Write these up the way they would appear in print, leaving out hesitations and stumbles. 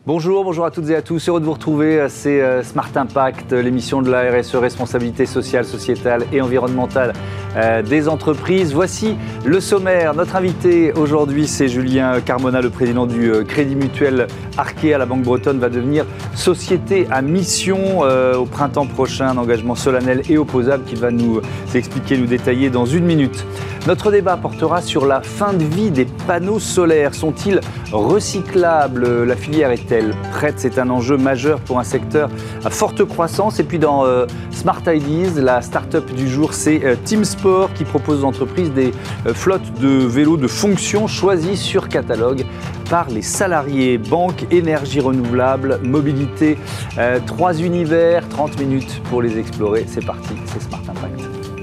Bonjour à toutes et à tous. Heureux de vous retrouver. C'est Smart Impact, l'émission de la RSE, responsabilité sociale, sociétale et environnementale des entreprises. Voici le sommaire. Notre invité aujourd'hui, c'est Julien Carmona, le président du Crédit Mutuel Arkea. La banque bretonne va devenir société à mission au printemps prochain. Un engagement solennel et opposable qu'il va nous expliquer, nous détailler dans une minute. Notre débat portera sur la fin de vie des panneaux solaires. Sont-ils recyclables? La filière est-elle prête? C'est un enjeu majeur pour un secteur à forte croissance. Et puis dans Smart Ideas, la start-up du jour, c'est Teamsport qui propose aux entreprises des flottes de vélos de fonction choisies sur catalogue par les salariés. Banque, énergie renouvelable, mobilité, 3 univers, 30 minutes pour les explorer. C'est parti, c'est Smart Impact.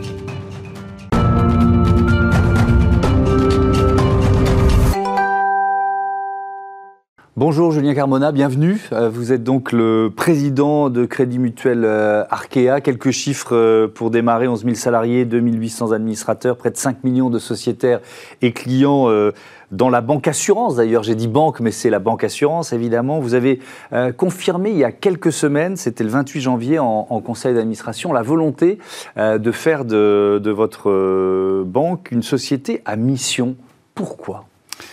Bonjour Julien Carmona, bienvenue. Vous êtes donc le président de Crédit Mutuel Arkea. Quelques chiffres pour démarrer, 11 000 salariés, 2 800 administrateurs, près de 5 millions de sociétaires et clients dans la banque assurance. D'ailleurs, j'ai dit banque, mais c'est la banque assurance, évidemment. Vous avez confirmé il y a quelques semaines, c'était le 28 janvier en conseil d'administration, la volonté de faire de votre banque une société à mission. Pourquoi ?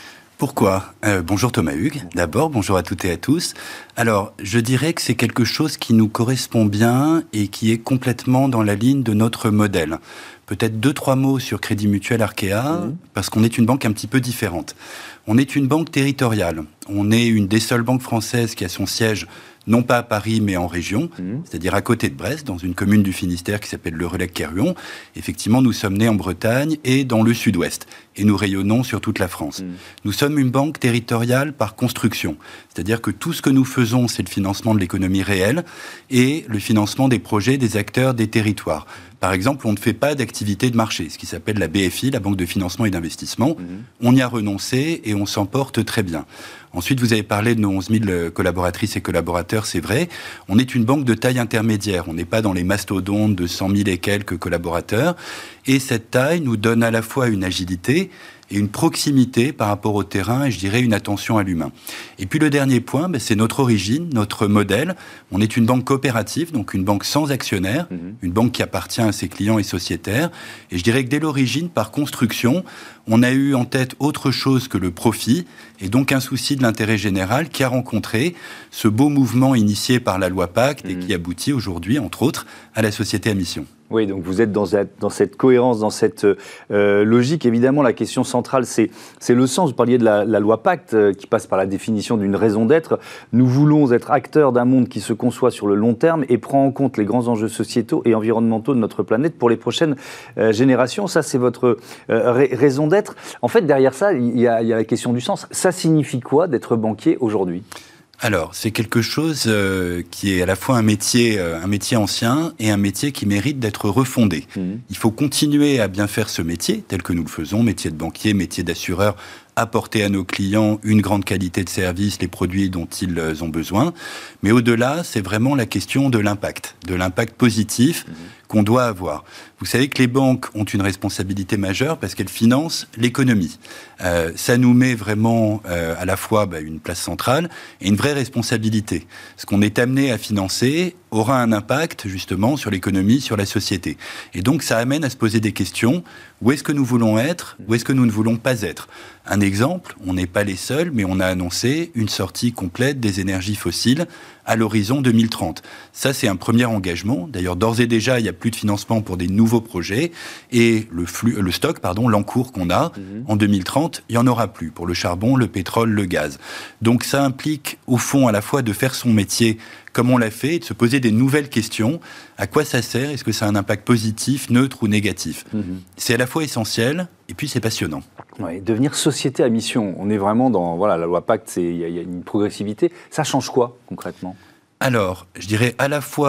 Bonjour Thomas Hugues, d'abord, bonjour à toutes et à tous. Alors, je dirais que c'est quelque chose qui nous correspond bien et qui est complètement dans la ligne de notre modèle. Peut-être 2-3 mots sur Crédit Mutuel Arkea, parce qu'on est une banque un petit peu différente. On est une banque territoriale. On est une des seules banques françaises qui a son siège non pas à Paris, mais en région, c'est-à-dire à côté de Brest, dans une commune du Finistère qui s'appelle le Relecq-Kerhuon. Effectivement, nous sommes nés en Bretagne et dans le sud-ouest, et nous rayonnons sur toute la France. Nous sommes une banque territoriale par construction, c'est-à-dire que tout ce que nous faisons, c'est le financement de l'économie réelle et le financement des projets, des acteurs, des territoires. Par exemple, on ne fait pas d'activité de marché, ce qui s'appelle la BFI, la Banque de financement et d'investissement. On y a renoncé et on s'en porte très bien. Ensuite, vous avez parlé de nos 11 000 collaboratrices et collaborateurs, c'est vrai. On est une banque de taille intermédiaire. On n'est pas dans les mastodontes de 100 000 et quelques collaborateurs. Et cette taille nous donne à la fois une agilité et une proximité par rapport au terrain et je dirais une attention à l'humain. Et puis le dernier point, c'est notre origine, notre modèle. On est une banque coopérative, donc une banque sans actionnaires, une banque qui appartient à ses clients et sociétaires. Et je dirais que dès l'origine, par construction, on a eu en tête autre chose que le profit et donc un souci de l'intérêt général qui a rencontré ce beau mouvement initié par la loi Pacte et qui aboutit aujourd'hui, entre autres, à la société à mission. Oui, donc vous êtes dans cette cohérence, dans cette logique. Évidemment, la question centrale, c'est le sens. Vous parliez de la loi Pacte qui passe par la définition d'une raison d'être. Nous voulons être acteurs d'un monde qui se conçoit sur le long terme et prend en compte les grands enjeux sociétaux et environnementaux de notre planète pour les prochaines générations. Ça, c'est votre raison d'être. En fait, derrière ça, il y a la question du sens. Ça signifie quoi d'être banquier aujourd'hui ? Alors, c'est quelque chose qui est à la fois un métier ancien et un métier qui mérite d'être refondé. Il faut continuer à bien faire ce métier, tel que nous le faisons, métier de banquier, métier d'assureur, apporter à nos clients une grande qualité de service, les produits dont ils ont besoin. Mais au-delà, c'est vraiment la question de l'impact positif qu'on doit avoir. Vous savez que les banques ont une responsabilité majeure parce qu'elles financent l'économie. Ça nous met vraiment à la fois une place centrale et une vraie responsabilité. Ce qu'on est amené à financer aura un impact justement sur l'économie, sur la société. Et donc ça amène à se poser des questions. Où est-ce que nous voulons être? Où est-ce que nous ne voulons pas être? Un exemple, on n'est pas les seuls, mais on a annoncé une sortie complète des énergies fossiles à l'horizon 2030. Ça, c'est un premier engagement. D'ailleurs, d'ores et déjà, il n'y a plus de financement pour des nouveaux projets. Et l'encours qu'on a en 2030, il n'y en aura plus pour le charbon, le pétrole, le gaz. Donc ça implique, au fond, à la fois de faire son métier comme on l'a fait, et de se poser des nouvelles questions. À quoi ça sert? Est-ce que ça a un impact positif, neutre ou négatif? C'est à la fois essentiel, et puis c'est passionnant. Ouais, devenir société à mission, on est vraiment dans la loi Pacte, il y a une progressivité. Ça change quoi concrètement? Alors, je dirais à la fois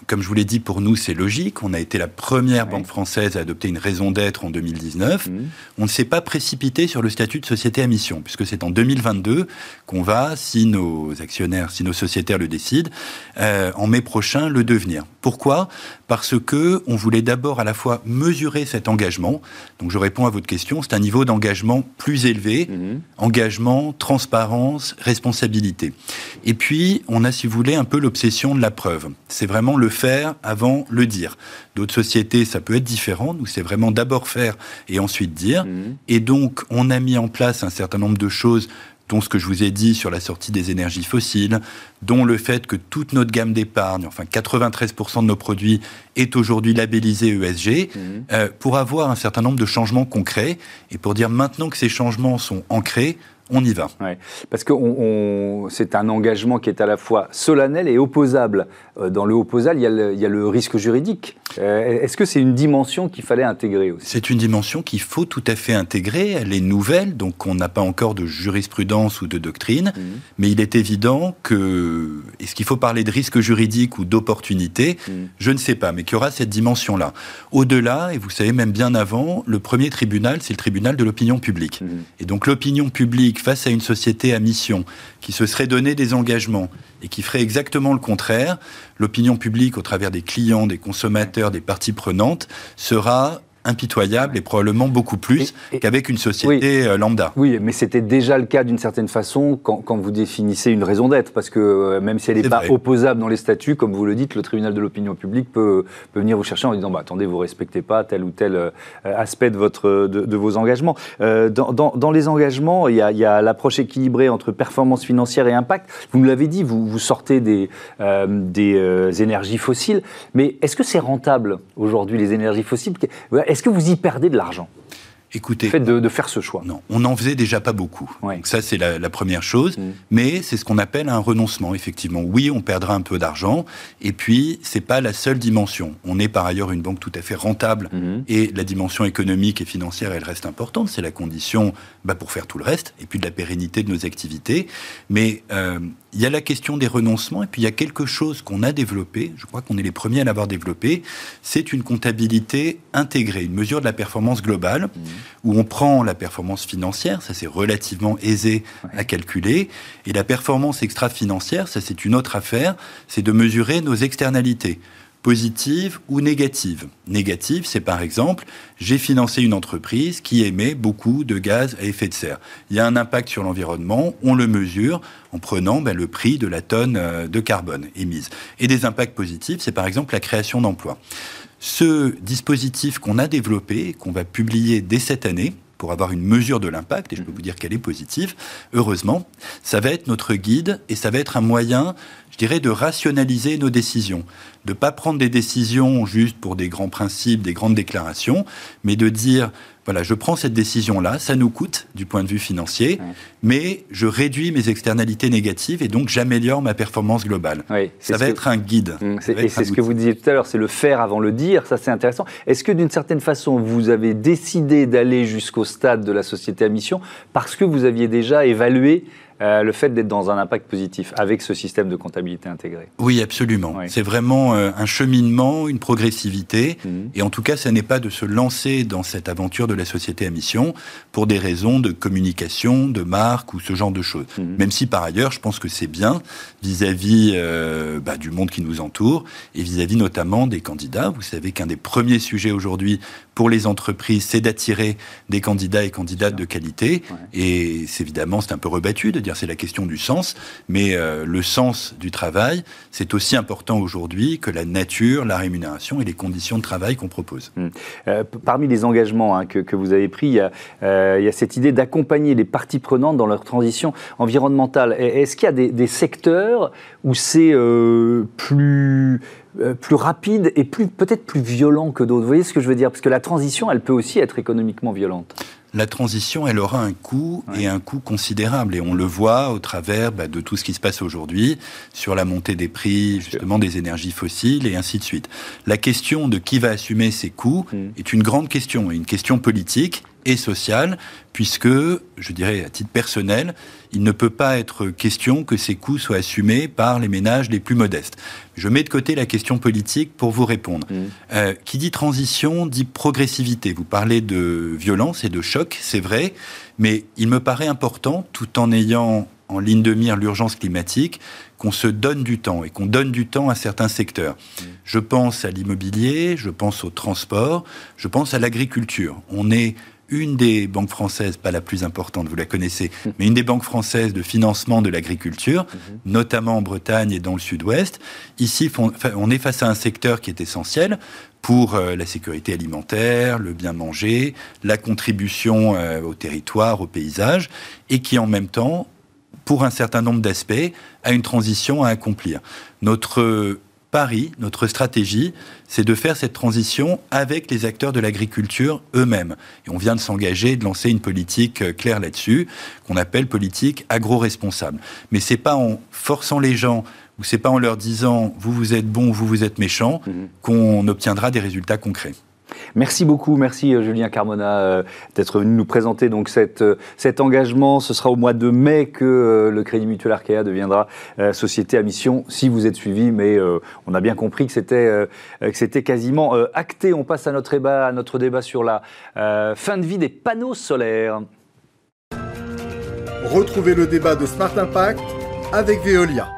comme je vous l'ai dit, pour nous, c'est logique. On a été la première banque française à adopter une raison d'être en 2019. On ne s'est pas précipité sur le statut de société à mission, puisque c'est en 2022 qu'on va, si nos actionnaires, si nos sociétaires le décident, en mai prochain, le devenir. Pourquoi ? Parce que on voulait d'abord à la fois mesurer cet engagement. Donc je réponds à votre question, c'est un niveau d'engagement plus élevé, engagement, transparence, responsabilité. Et puis, on a, si vous voulez, un peu l'obsession de la preuve. C'est vraiment le faire avant le dire. D'autres sociétés, ça peut être différent. Nous, c'est vraiment d'abord faire et ensuite dire. Et donc, on a mis en place un certain nombre de choses, dont ce que je vous ai dit sur la sortie des énergies fossiles, dont le fait que toute notre gamme d'épargne, enfin 93% de nos produits, est aujourd'hui labellisé ESG, pour avoir un certain nombre de changements concrets et pour dire maintenant que ces changements sont ancrés, on y va. Ouais, parce que c'est un engagement qui est à la fois solennel et opposable. Dans le opposable, il y a le risque juridique. Est-ce que c'est une dimension qu'il fallait intégrer aussi ? C'est une dimension qu'il faut tout à fait intégrer. Elle est nouvelle, donc on n'a pas encore de jurisprudence ou de doctrine. Mais il est évident que... Est-ce qu'il faut parler de risque juridique ou d'opportunité ? Je ne sais pas, mais qu'il y aura cette dimension-là. Au-delà, et vous savez même bien avant, le premier tribunal, c'est le tribunal de l'opinion publique. Et donc l'opinion publique, face à une société à mission qui se serait donné des engagements et qui ferait exactement le contraire, l'opinion publique, au travers des clients, des consommateurs, des parties prenantes, sera impitoyable et probablement beaucoup plus qu'avec une société lambda. Oui, mais c'était déjà le cas d'une certaine façon quand vous définissez une raison d'être, parce que même si elle n'est pas opposable dans les statuts, comme vous le dites, le tribunal de l'opinion publique peut venir vous chercher en disant attendez, vous ne respectez pas tel ou tel aspect de vos engagements. Dans les engagements, il y a l'approche équilibrée entre performance financière et impact. Vous me l'avez dit, vous sortez des énergies fossiles, mais est-ce que c'est rentable aujourd'hui, les énergies fossiles ? Est-ce que vous y perdez de l'argent ? Écoutez, le fait de faire ce choix. Non, on n'en faisait déjà pas beaucoup. Donc ça, c'est la première chose. Mais c'est ce qu'on appelle un renoncement, effectivement. Oui, on perdra un peu d'argent. Et puis, c'est pas la seule dimension. On est par ailleurs une banque tout à fait rentable. Et la dimension économique et financière, elle reste importante. C'est la condition pour faire tout le reste. Et puis de la pérennité de nos activités. Mais il y a la question des renoncements. Et puis, il y a quelque chose qu'on a développé. Je crois qu'on est les premiers à l'avoir développé. C'est une comptabilité intégrée, une mesure de la performance globale. Où on prend la performance financière, ça c'est relativement aisé à calculer, et la performance extra-financière, ça c'est une autre affaire, c'est de mesurer nos externalités, positives ou négatives. Négative, c'est par exemple, j'ai financé une entreprise qui émet beaucoup de gaz à effet de serre. Il y a un impact sur l'environnement, on le mesure en prenant le prix de la tonne de carbone émise. Et des impacts positifs, c'est par exemple la création d'emplois. Ce dispositif qu'on a développé, qu'on va publier dès cette année, pour avoir une mesure de l'impact, et je peux vous dire qu'elle est positive, heureusement, ça va être notre guide et ça va être un moyen, je dirais, de rationaliser nos décisions. De ne pas prendre des décisions juste pour des grands principes, des grandes déclarations, mais de dire, voilà, je prends cette décision-là, ça nous coûte du point de vue financier, mais je réduis mes externalités négatives et donc j'améliore ma performance globale. Ça va être un guide. Et c'est ce que vous disiez tout à l'heure, c'est le faire avant le dire, ça c'est intéressant. Est-ce que d'une certaine façon, vous avez décidé d'aller jusqu'au stade de la société à mission parce que vous aviez déjà évalué le fait d'être dans un impact positif avec ce système de comptabilité intégrée? Oui, absolument. C'est vraiment un cheminement, une progressivité. Et en tout cas, ça n'est pas de se lancer dans cette aventure de la société à mission pour des raisons de communication, de marque ou ce genre de choses. Même si, par ailleurs, je pense que c'est bien vis-à-vis du monde qui nous entoure et vis-à-vis notamment des candidats. Vous savez qu'un des premiers sujets aujourd'hui pour les entreprises, c'est d'attirer des candidats et candidates de qualité. Et évidemment, c'est un peu rebattu de dire c'est la question du sens, mais le sens du travail, c'est aussi important aujourd'hui que la nature, la rémunération et les conditions de travail qu'on propose. Parmi les engagements que vous avez pris, il y a cette idée d'accompagner les parties prenantes dans leur transition environnementale. Est-ce qu'il y a des secteurs où c'est plus rapide et peut-être plus violent que d'autres? Vous voyez ce que je veux dire? Parce que la transition, elle peut aussi être économiquement violente. La transition, elle aura un coût et un coût considérable. Et on le voit au travers de tout ce qui se passe aujourd'hui sur la montée des prix, justement, des énergies fossiles et ainsi de suite. La question de qui va assumer ces coûts est une grande question, et une question politique et sociale, puisque, je dirais à titre personnel, il ne peut pas être question que ces coûts soient assumés par les ménages les plus modestes. Je mets de côté la question politique pour vous répondre. Qui dit transition dit progressivité. Vous parlez de violence et de choc, c'est vrai, mais il me paraît important, tout en ayant en ligne de mire l'urgence climatique, qu'on se donne du temps et qu'on donne du temps à certains secteurs. Je pense à l'immobilier, je pense au transport, je pense à l'agriculture. On est une des banques françaises, pas la plus importante, vous la connaissez, mais une des banques françaises de financement de l'agriculture, notamment en Bretagne et dans le sud-ouest. Ici, on est face à un secteur qui est essentiel pour la sécurité alimentaire, le bien manger, la contribution au territoire, au paysage, et qui en même temps, pour un certain nombre d'aspects, a une transition à accomplir. Notre pari, notre stratégie, c'est de faire cette transition avec les acteurs de l'agriculture eux-mêmes. Et on vient de s'engager, de lancer une politique claire là-dessus, qu'on appelle politique agro-responsable. Mais c'est pas en forçant les gens, ou c'est pas en leur disant « vous êtes bon, vous êtes méchant » qu'on obtiendra des résultats concrets. Merci beaucoup, merci Julien Carmona d'être venu nous présenter donc cet engagement. Ce sera au mois de mai que le Crédit Mutuel Arkéa deviendra société à mission, si vous êtes suivi, mais on a bien compris que c'était quasiment acté. On passe à notre débat sur la fin de vie des panneaux solaires. Retrouvez le débat de Smart Impact avec Veolia.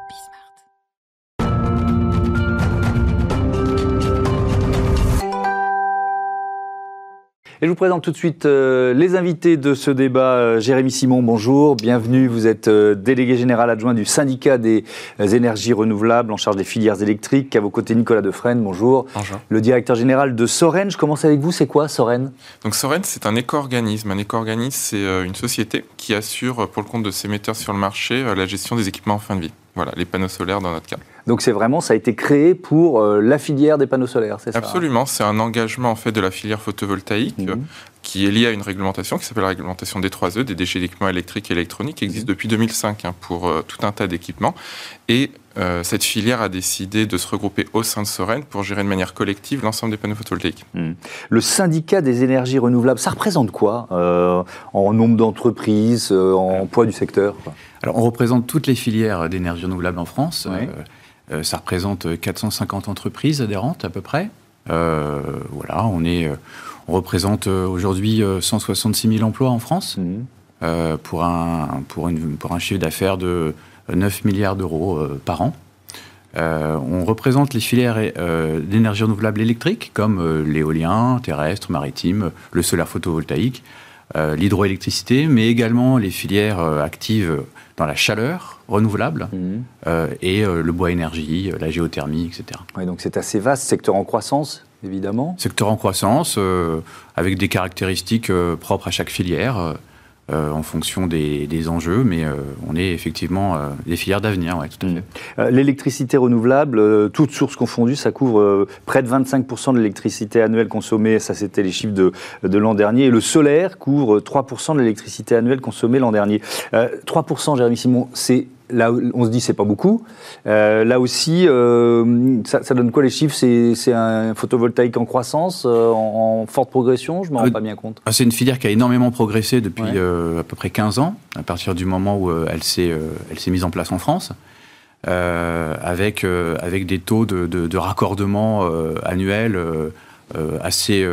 Et je vous présente tout de suite les invités de ce débat. Jérémy Simon, bonjour, bienvenue. Vous êtes délégué général adjoint du syndicat des énergies renouvelables en charge des filières électriques. À vos côtés, Nicolas Defresne, bonjour. Bonjour. Le directeur général de Soren. Je commence avec vous, c'est quoi Soren ? Donc Soren, c'est un éco-organisme. Un éco-organisme, c'est une société qui assure, pour le compte de ses metteurs sur le marché, la gestion des équipements en fin de vie. Voilà, les panneaux solaires dans notre cas. Donc c'est vraiment, ça a été créé pour la filière des panneaux solaires, c'est ça ? Absolument, c'est un engagement en fait de la filière photovoltaïque qui est lié à une réglementation qui s'appelle la réglementation D3E, des déchets d'équipements électriques et électroniques, qui existe depuis 2005 pour tout un tas d'équipements. Et cette filière a décidé de se regrouper au sein de Soren pour gérer de manière collective l'ensemble des panneaux photovoltaïques. Le syndicat des énergies renouvelables, ça représente quoi en nombre d'entreprises, en poids du secteur ? Alors, on représente toutes les filières d'énergie renouvelable en France. Oui. Ça représente 450 entreprises adhérentes à peu près. Voilà, on représente aujourd'hui 166 000 emplois en France pour un chiffre d'affaires de 9 milliards d'euros par an. On représente les filières d'énergie renouvelable électrique comme l'éolien, terrestre, maritime, le solaire photovoltaïque, l'hydroélectricité, mais également les filières actives dans la chaleur renouvelable et le bois énergie, la géothermie, etc. Oui, donc c'est assez vaste, secteur en croissance, évidemment. Secteur en croissance, avec des caractéristiques propres à chaque filière, en fonction des enjeux, mais on est effectivement des filières d'avenir, ouais, tout à fait. L'électricité renouvelable, toutes sources confondues, ça couvre près de 25% de l'électricité annuelle consommée, ça c'était les chiffres de l'an dernier, et le solaire couvre 3% de l'électricité annuelle consommée l'an dernier. 3%, Jérémy Simon, c'est... Là, on se dit c'est pas beaucoup. Là aussi, ça donne quoi les chiffres ? C'est un photovoltaïque en croissance, en forte progression ? Je me rends pas bien compte. C'est une filière qui a énormément progressé depuis à peu près 15 ans, à partir du moment où elle s'est mise en place en France, avec des taux de raccordement annuels assez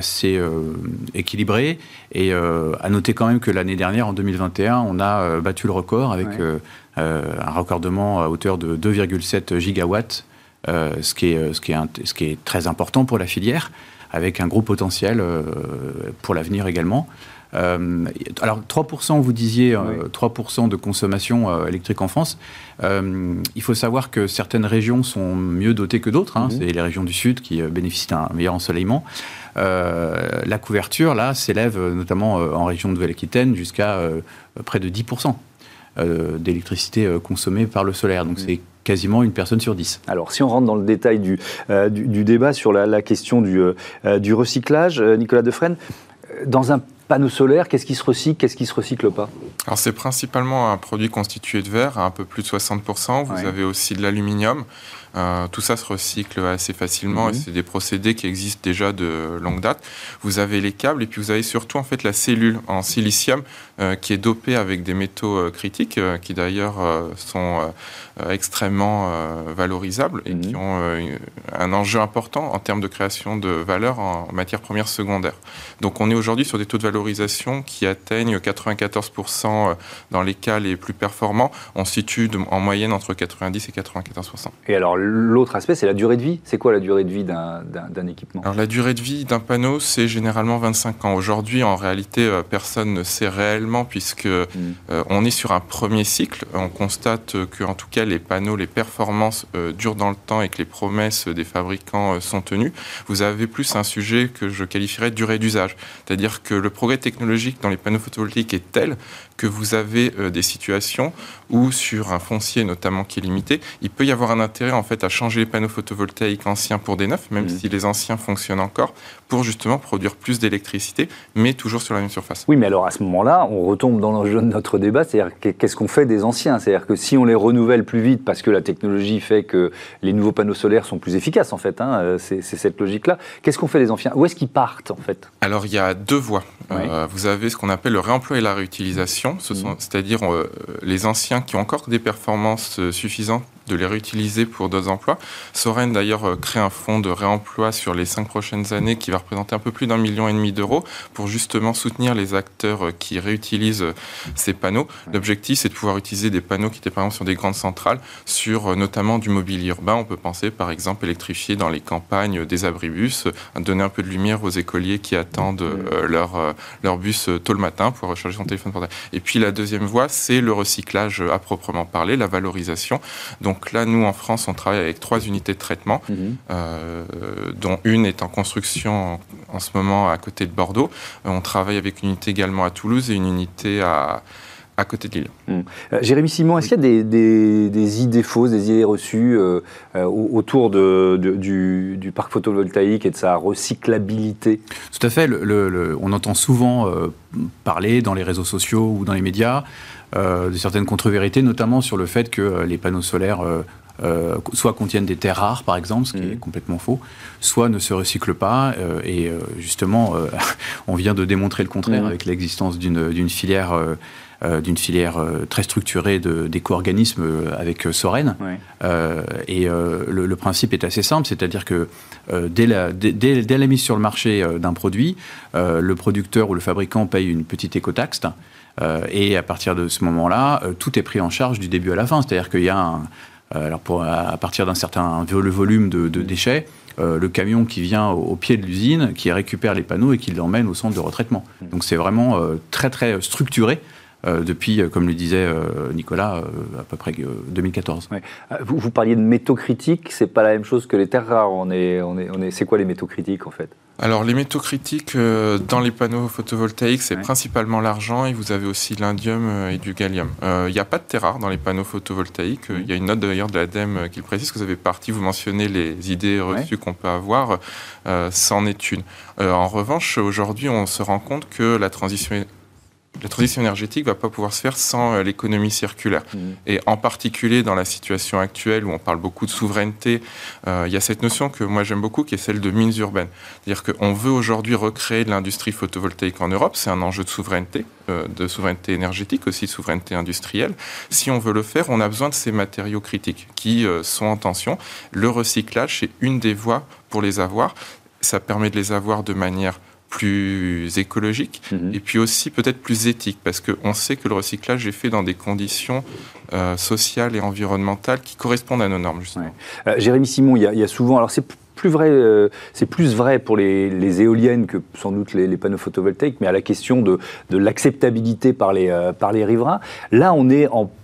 équilibré. Et à noter quand même que l'année dernière, en 2021, on a battu le record avec un raccordement à hauteur de 2,7 gigawatts, ce qui est très important pour la filière, avec un gros potentiel pour l'avenir également. Alors 3%, vous disiez, 3% de consommation électrique en France. Il faut savoir que certaines régions sont mieux dotées que d'autres. C'est les régions du Sud qui bénéficient d'un meilleur ensoleillement. La couverture, là, s'élève notamment en région de Nouvelle-Aquitaine jusqu'à près de 10% d'électricité consommée par le solaire. Donc c'est quasiment une personne sur 10. Alors, si on rentre dans le détail du débat sur la question du recyclage, Nicolas Defresne, dans un panneaux solaires, qu'est-ce qui se recycle, qu'est-ce qui se recycle pas? Alors c'est principalement un produit constitué de verre à un peu plus de 60%. Vous avez aussi de l'aluminium. Tout ça se recycle assez facilement et c'est des procédés qui existent déjà de longue date. Vous avez les câbles et puis vous avez surtout en fait la cellule en silicium qui est dopée avec des métaux critiques qui d'ailleurs sont extrêmement valorisables et qui ont un enjeu important en termes de création de valeur en matières premières secondaires. Donc on est aujourd'hui sur des taux de valorisation qui atteignent 94% dans les cas les plus performants. On se situe en moyenne entre 90 et 94%. Et alors l'autre aspect, c'est la durée de vie. C'est quoi la durée de vie d'un équipement? Alors la durée de vie d'un panneau, c'est généralement 25 ans. Aujourd'hui, en réalité, personne ne sait réellement puisque on est sur un premier cycle. On constate que, en tout cas, les panneaux, les performances durent dans le temps et que les promesses des fabricants sont tenues. Vous avez plus un sujet que je qualifierais de durée d'usage. C'est-à-dire que le progrès technologique dans les panneaux photovoltaïques est tel que vous avez des situations où, sur un foncier notamment qui est limité, il peut y avoir un intérêt en fait à changer les panneaux photovoltaïques anciens pour des neufs, même si les anciens fonctionnent encore, pour justement produire plus d'électricité, mais toujours sur la même surface. Oui, mais alors à ce moment-là, on retombe dans l'enjeu de notre débat, c'est-à-dire qu'est-ce qu'on fait des anciens? C'est-à-dire que si on les renouvelle plus vite parce que la technologie fait que les nouveaux panneaux solaires sont plus efficaces en fait, c'est cette logique-là, qu'est-ce qu'on fait des anciens? Où est-ce qu'ils partent en fait? Alors il y a deux voies. Vous avez ce qu'on appelle le réemploi et la réutilisation, c'est-à-dire les anciens qui ont encore des performances suffisantes de les réutiliser pour d'autres emplois. Soren d'ailleurs crée un fonds de réemploi sur les 5 prochaines années qui va représenter un peu plus d'1,5 million d'euros pour justement soutenir les acteurs qui réutilisent ces panneaux. L'objectif, c'est de pouvoir utiliser des panneaux qui étaient par exemple sur des grandes centrales, sur notamment du mobilier urbain. On peut penser par exemple électrifier dans les campagnes des abribus, donner un peu de lumière aux écoliers qui attendent leur bus tôt le matin pour recharger son téléphone portable. Et puis la deuxième voie, c'est le recyclage à proprement parler, la valorisation. Donc là, nous, en France, on travaille avec 3 unités de traitement, dont une est en construction en ce moment à côté de Bordeaux. On travaille avec une unité également à Toulouse et une unité à côté de Lille. Jérémy Simon, est-ce qu'il y a des idées fausses, des idées reçues autour du parc photovoltaïque et de sa recyclabilité? Tout à fait. On entend souvent parler dans les réseaux sociaux ou dans les médias de certaines contre-vérités, notamment sur le fait que les panneaux solaires soit contiennent des terres rares, par exemple, ce qui est complètement faux, soit ne se recyclent pas. Justement, on vient de démontrer le contraire avec l'existence d'une filière très structurée d'éco-organismes avec Soren. Le principe est assez simple, c'est-à-dire que dès la mise sur le marché d'un produit, le producteur ou le fabricant paye une petite écotaxe. Et à partir de ce moment-là, tout est pris en charge du début à la fin. C'est-à-dire qu'il y a à partir d'un certain volume de déchets, le camion qui vient au pied de l'usine, qui récupère les panneaux et qui l'emmène au centre de retraitement. Donc c'est vraiment très très structuré depuis, comme le disait Nicolas, à peu près 2014. Ouais. Vous parliez de métaux critiques, c'est pas la même chose que les terres rares. C'est quoi les métaux critiques en fait? Alors les métaux critiques dans les panneaux photovoltaïques, c'est principalement l'argent et vous avez aussi l'indium et du gallium. Il n'y a pas de terres rares dans les panneaux photovoltaïques. Il y a une note d'ailleurs de l'ADEME qui le précise, que vous avez vous mentionnez les idées reçues qu'on peut avoir, c'en est une. En revanche, aujourd'hui, on se rend compte que la transition énergétique ne va pas pouvoir se faire sans l'économie circulaire. Et en particulier dans la situation actuelle où on parle beaucoup de souveraineté, il y a cette notion que moi j'aime beaucoup qui est celle de mines urbaines. C'est-à-dire qu'on veut aujourd'hui recréer de l'industrie photovoltaïque en Europe, c'est un enjeu de souveraineté énergétique, aussi de souveraineté industrielle. Si on veut le faire, on a besoin de ces matériaux critiques qui sont en tension. Le recyclage, c'est une des voies pour les avoir. Ça permet de les avoir de manière plus écologique et puis aussi peut-être plus éthique parce qu'on sait que le recyclage est fait dans des conditions sociales et environnementales qui correspondent à nos normes justement. Jérémy Simon, il y a souvent, alors c'est plus vrai pour les éoliennes que sans doute les panneaux photovoltaïques, mais à la question de l'acceptabilité par les riverains. Là, on est en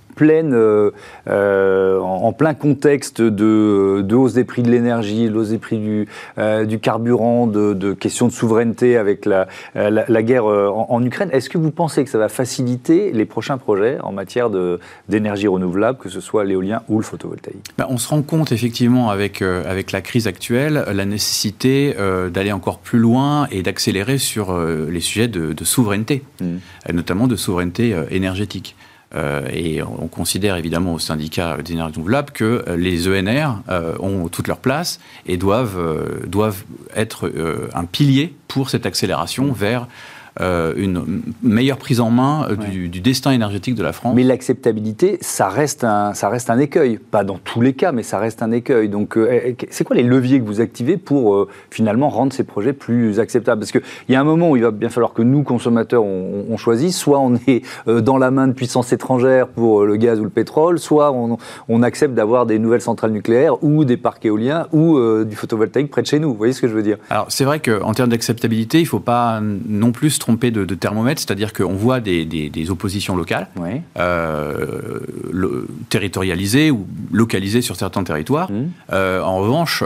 en plein contexte de hausse des prix de l'énergie, de hausse des prix du carburant, de questions de souveraineté avec la guerre en Ukraine. Est-ce que vous pensez que ça va faciliter les prochains projets en matière d'énergie renouvelable, que ce soit l'éolien ou le photovoltaïque? On se rend compte effectivement avec la crise actuelle, la nécessité d'aller encore plus loin et d'accélérer sur les sujets de souveraineté, notamment de souveraineté énergétique. Et on considère évidemment au syndicat d'énergie renouvelable que les ENR ont toute leur place et doivent être un pilier pour cette accélération vers une meilleure prise en main du destin énergétique de la France. Mais l'acceptabilité, ça reste un écueil. Pas dans tous les cas, mais ça reste un écueil. Donc, c'est quoi les leviers que vous activez pour finalement rendre ces projets plus acceptables? Parce qu'il y a un moment où il va bien falloir que nous, consommateurs, on choisisse. Soit on est dans la main de puissances étrangères pour le gaz ou le pétrole, soit on accepte d'avoir des nouvelles centrales nucléaires ou des parcs éoliens ou du photovoltaïque près de chez nous. Vous voyez ce que je veux dire? Alors, c'est vrai qu'en termes d'acceptabilité, il ne faut pas non plus se tromper de thermomètre, c'est-à-dire qu'on voit des oppositions locales, territorialisées ou localisées sur certains territoires. En revanche,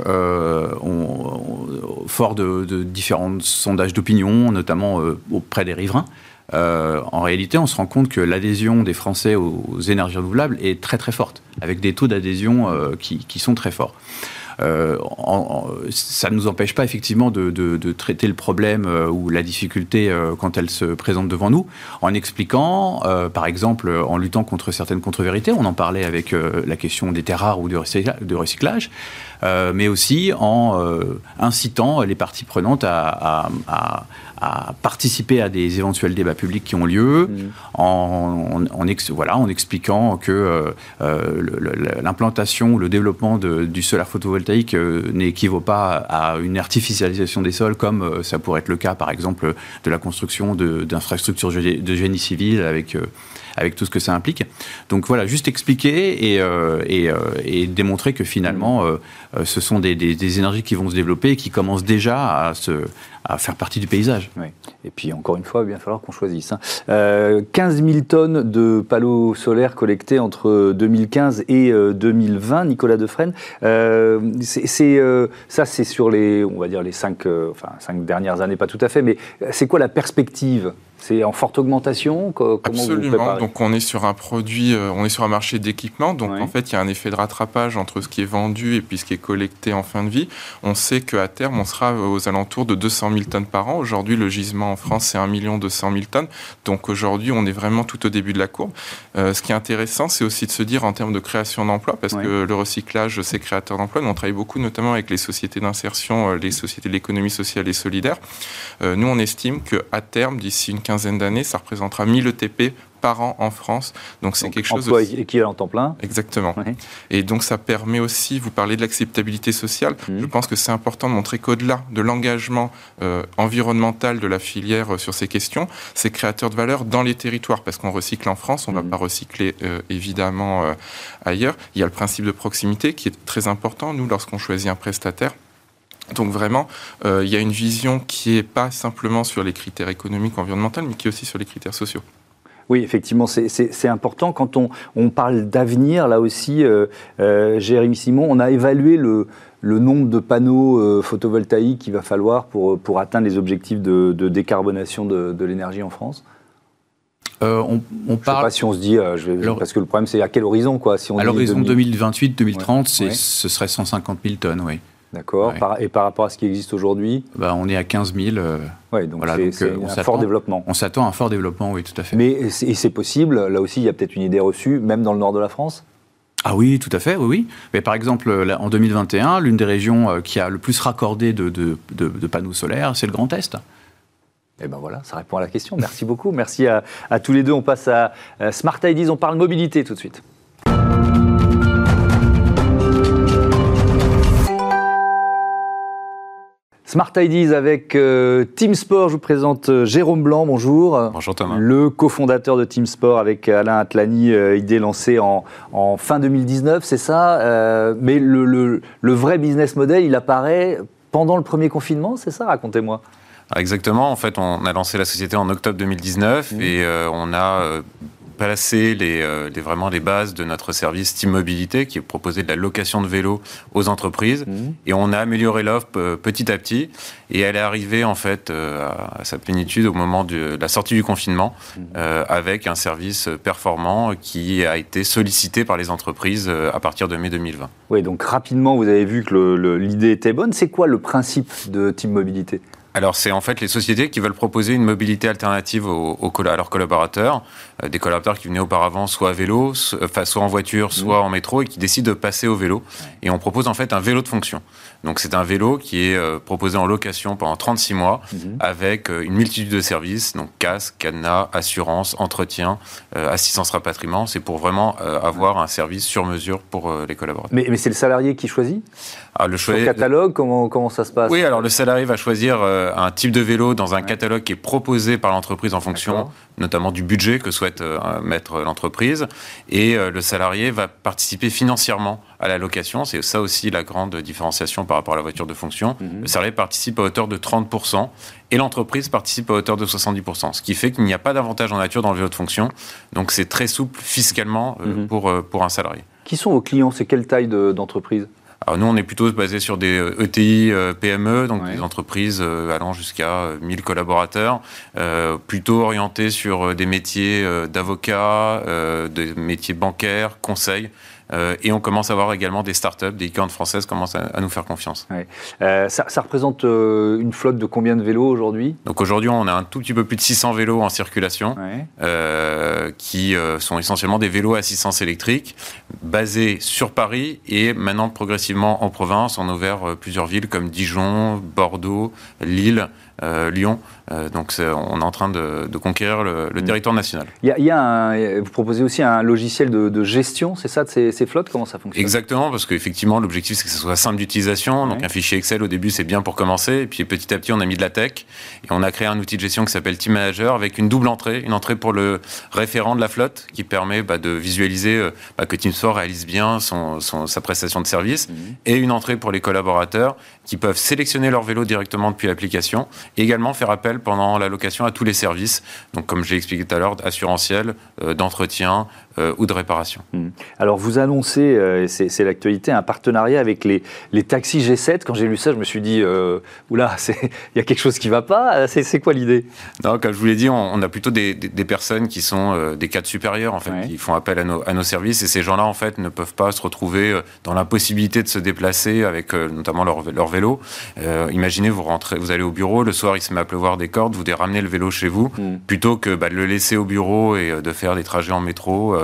fort de différents sondages d'opinion, notamment auprès des riverains, en réalité, on se rend compte que l'adhésion des Français aux énergies renouvelables est très très forte, avec des taux d'adhésion qui sont très forts. Ça ne nous empêche pas effectivement de traiter le problème ou la difficulté quand elle se présente devant nous, en expliquant, par exemple, en luttant contre certaines contre-vérités, on en parlait avec la question des terres rares ou de recyclage, mais aussi en incitant les parties prenantes à participer à des éventuels débats publics qui ont lieu, en expliquant que l'implantation ou le développement du solaire photovoltaïque n'équivaut pas à une artificialisation des sols, comme ça pourrait être le cas, par exemple, de la construction d'infrastructures de génie civil avec tout ce que ça implique. Donc voilà, juste expliquer et démontrer que finalement, ce sont des énergies qui vont se développer et qui commencent déjà à faire partie du paysage. Oui. Et puis, encore une fois, il va bien falloir qu'on choisisse. 15 000 tonnes de panneaux solaires collectés entre 2015 et 2020, Nicolas Defresne. Ça, c'est sur les 5 dernières années, pas tout à fait, mais c'est quoi la perspective ? C'est en forte augmentation? Absolument. Donc on est sur un produit, on est sur un marché d'équipement. Donc en fait, il y a un effet de rattrapage entre ce qui est vendu et puis ce qui est collecté en fin de vie. On sait qu'à terme, on sera aux alentours de 200 000 tonnes par an. Aujourd'hui, le gisement en France, c'est 1 200 000 tonnes. Donc aujourd'hui, on est vraiment tout au début de la courbe. Ce qui est intéressant, c'est aussi de se dire en termes de création d'emplois, parce que le recyclage, c'est créateur d'emplois. Nous, on travaille beaucoup, notamment avec les sociétés d'insertion, les sociétés de l'économie sociale et solidaire. Nous, on estime qu'à terme, d'ici une quinzaine d'années, ça représentera 1000 ETP par an en France. Donc c'est quelque chose... Emploi équivalent temps plein. Exactement. Ouais. Et donc ça permet aussi, vous parlez de l'acceptabilité sociale, je pense que c'est important de montrer qu'au-delà de l'engagement environnemental de la filière sur ces questions, c'est créateur de valeur dans les territoires, parce qu'on recycle en France, on ne va pas recycler évidemment ailleurs. Il y a le principe de proximité qui est très important, nous, lorsqu'on choisit un prestataire. Donc vraiment, il y a une vision qui n'est pas simplement sur les critères économiques, environnementaux, mais qui est aussi sur les critères sociaux. Oui, effectivement, c'est important. Quand on parle d'avenir, là aussi, Jérémy Simon, on a évalué le nombre de panneaux photovoltaïques qu'il va falloir pour atteindre les objectifs de décarbonation de l'énergie en France. On je ne sais pas si on se dit, parce que le problème c'est à quel horizon, quoi. Si on à l'horizon 2028-2030, ce serait 150 000 tonnes, oui. D'accord. Ouais. Et par rapport à ce qui existe aujourd'hui, on est à 15 000. Oui, donc voilà, c'est un fort développement. On s'attend à un fort développement, oui, tout à fait. Mais c'est possible, là aussi, il y a peut-être une idée reçue, même dans le nord de la France ? Ah oui, tout à fait, oui. Mais par exemple, en 2021, l'une des régions qui a le plus raccordé de panneaux solaires, c'est le Grand Est. Et ben voilà, ça répond à la question. Merci beaucoup. Merci à tous les deux. On passe à Smart Ideas, on parle mobilité tout de suite. Smart Ideas avec Team Sport. Je vous présente Jérôme Blanc, bonjour. Bonjour Thomas. Le cofondateur de Team Sport avec Alain Atlani, idée lancée en fin 2019, c'est ça. Mais le vrai business model, il apparaît pendant le premier confinement, c'est ça? Racontez-moi. Exactement. En fait, on a lancé la société en octobre 2019 et on a placer vraiment les bases de notre service Team Mobilité, qui est proposé de la location de vélos aux entreprises. Et on a amélioré l'offre petit à petit. Et elle est arrivée en fait à sa plénitude au moment de la sortie du confinement, avec un service performant qui a été sollicité par les entreprises à partir de mai 2020. Oui, donc rapidement, vous avez vu que l'idée était bonne. C'est quoi le principe de Team Mobilité ? Alors, c'est en fait les sociétés qui veulent proposer une mobilité alternative à leurs collaborateurs, des collaborateurs qui venaient auparavant soit à vélo, soit en voiture, soit en métro, et qui décident de passer au vélo. Et on propose en fait un vélo de fonction. Donc, c'est un vélo qui est proposé en location pendant 36 mois, avec une multitude de services, donc casque, cadenas, assurance, entretien, assistance rapatriement. C'est pour vraiment avoir un service sur mesure pour les collaborateurs. Mais c'est le salarié qui choisit ? Alors, Sur le catalogue, comment ça se passe ? Oui, alors le salarié va choisir un type de vélo dans un catalogue qui est proposé par l'entreprise en fonction notamment du budget que souhaite mettre l'entreprise. Et le salarié va participer financièrement à la location. C'est ça aussi la grande différenciation par rapport à la voiture de fonction. Le salarié participe à hauteur de 30% et l'entreprise participe à hauteur de 70%. Ce qui fait qu'il n'y a pas d'avantage en nature dans le vélo de fonction. Donc c'est très souple fiscalement pour un salarié. Qui sont vos clients ? C'est quelle taille d'entreprise ? Alors nous, on est plutôt basé sur des ETI, PME, donc des entreprises allant jusqu'à 1000 collaborateurs, plutôt orientés sur des métiers d'avocats, des métiers bancaires, conseils. Et on commence à voir également des startups, des licornes françaises commencent à nous faire confiance. Ouais. Ça représente une flotte de combien de vélos aujourd'hui ? Donc aujourd'hui, on a un tout petit peu plus de 600 vélos en circulation, qui sont essentiellement des vélos à assistance électrique, basés sur Paris et maintenant progressivement en province. On a ouvert plusieurs villes comme Dijon, Bordeaux, Lille, Lyon. Donc on est en train de conquérir le territoire national. Vous proposez aussi un logiciel de gestion, c'est ça, de ces flottes ? Comment ça fonctionne ? Exactement, parce qu'effectivement, l'objectif, c'est que ce soit simple d'utilisation. Donc un fichier Excel, au début, c'est bien pour commencer. Et puis petit à petit, on a mis de la tech. Et on a créé un outil de gestion qui s'appelle Team Manager, avec une double entrée. Une entrée pour le référent de la flotte, qui permet de visualiser que TeamSport réalise bien sa prestation de service. Et une entrée pour les collaborateurs, qui peuvent sélectionner leur vélo directement depuis l'application. Et également faire appel pendant la location à tous les services, donc comme j'ai expliqué tout à l'heure, assurantiel, d'entretien ou de réparation. Alors vous annoncez, c'est l'actualité, un partenariat avec les taxis G7. Quand j'ai lu ça, je me suis dit, oula, il y a quelque chose qui ne va pas. C'est quoi l'idée ? Non, comme je vous l'ai dit, on a plutôt des personnes qui sont des cadres supérieurs, en fait, qui font appel à nos services, et ces gens-là, en fait, ne peuvent pas se retrouver dans l'impossibilité de se déplacer avec notamment leur vélo. Imaginez, vous allez au bureau, le soir, il se met à pleuvoir des cordes, vous devez ramener le vélo chez vous, plutôt que de le laisser au bureau et de faire des trajets en métro.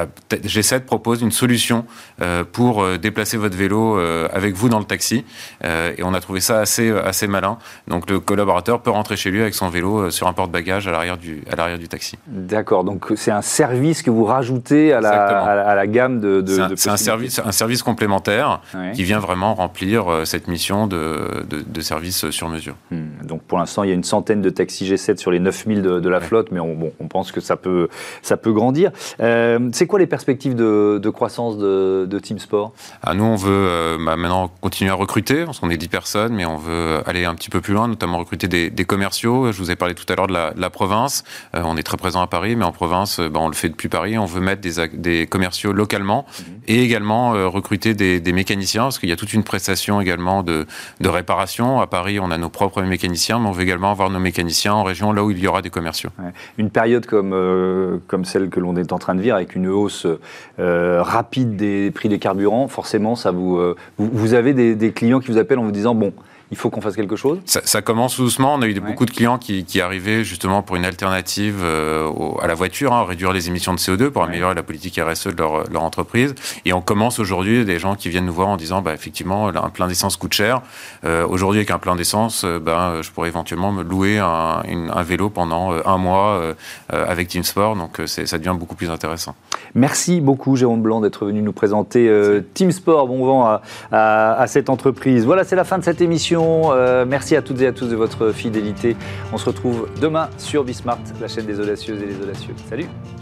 G7 propose une solution pour déplacer votre vélo avec vous dans le taxi, et on a trouvé ça assez malin. Donc le collaborateur peut rentrer chez lui avec son vélo sur un porte-bagages à l'arrière du taxi. D'accord, donc c'est un service que vous rajoutez à la gamme de c'est un service complémentaire qui vient vraiment remplir cette mission de service sur mesure. Donc pour l'instant, il y a une centaine de taxis G7 sur les 9000 de la flotte, mais on pense que ça peut grandir. C'est quoi les perspectives de croissance de TeamSport ? Nous, on veut maintenant continuer à recruter, parce qu'on est 10 personnes, mais on veut aller un petit peu plus loin, notamment recruter des commerciaux. Je vous ai parlé tout à l'heure de la province. On est très présent à Paris, mais en province, on le fait depuis Paris. On veut mettre des commerciaux localement et également recruter des mécaniciens, parce qu'il y a toute une prestation également de réparation. À Paris, on a nos propres mécaniciens, mais on veut également avoir nos mécaniciens en région, là où il y aura des commerciaux. Une période comme celle que l'on est en train de vivre, avec une hausse rapide des prix des carburants, forcément, vous avez des clients qui vous appellent en vous disant « bon, il faut qu'on fasse quelque chose ». Ça commence doucement. On a eu beaucoup de clients qui arrivaient justement pour une alternative à la voiture, réduire les émissions de CO2 pour améliorer la politique RSE de leur entreprise. Et on commence aujourd'hui des gens qui viennent nous voir en disant effectivement, un plein d'essence coûte cher. Aujourd'hui, avec un plein d'essence, je pourrais éventuellement me louer un vélo pendant un mois avec TeamSport. Donc ça devient beaucoup plus intéressant. Merci beaucoup, Jérôme Blanc, d'être venu nous présenter TeamSport. Bon vent à cette entreprise. Voilà, c'est la fin de cette émission. Merci à toutes et à tous de votre fidélité. On se retrouve demain sur Bismart, la chaîne des audacieuses et des audacieux. Salut!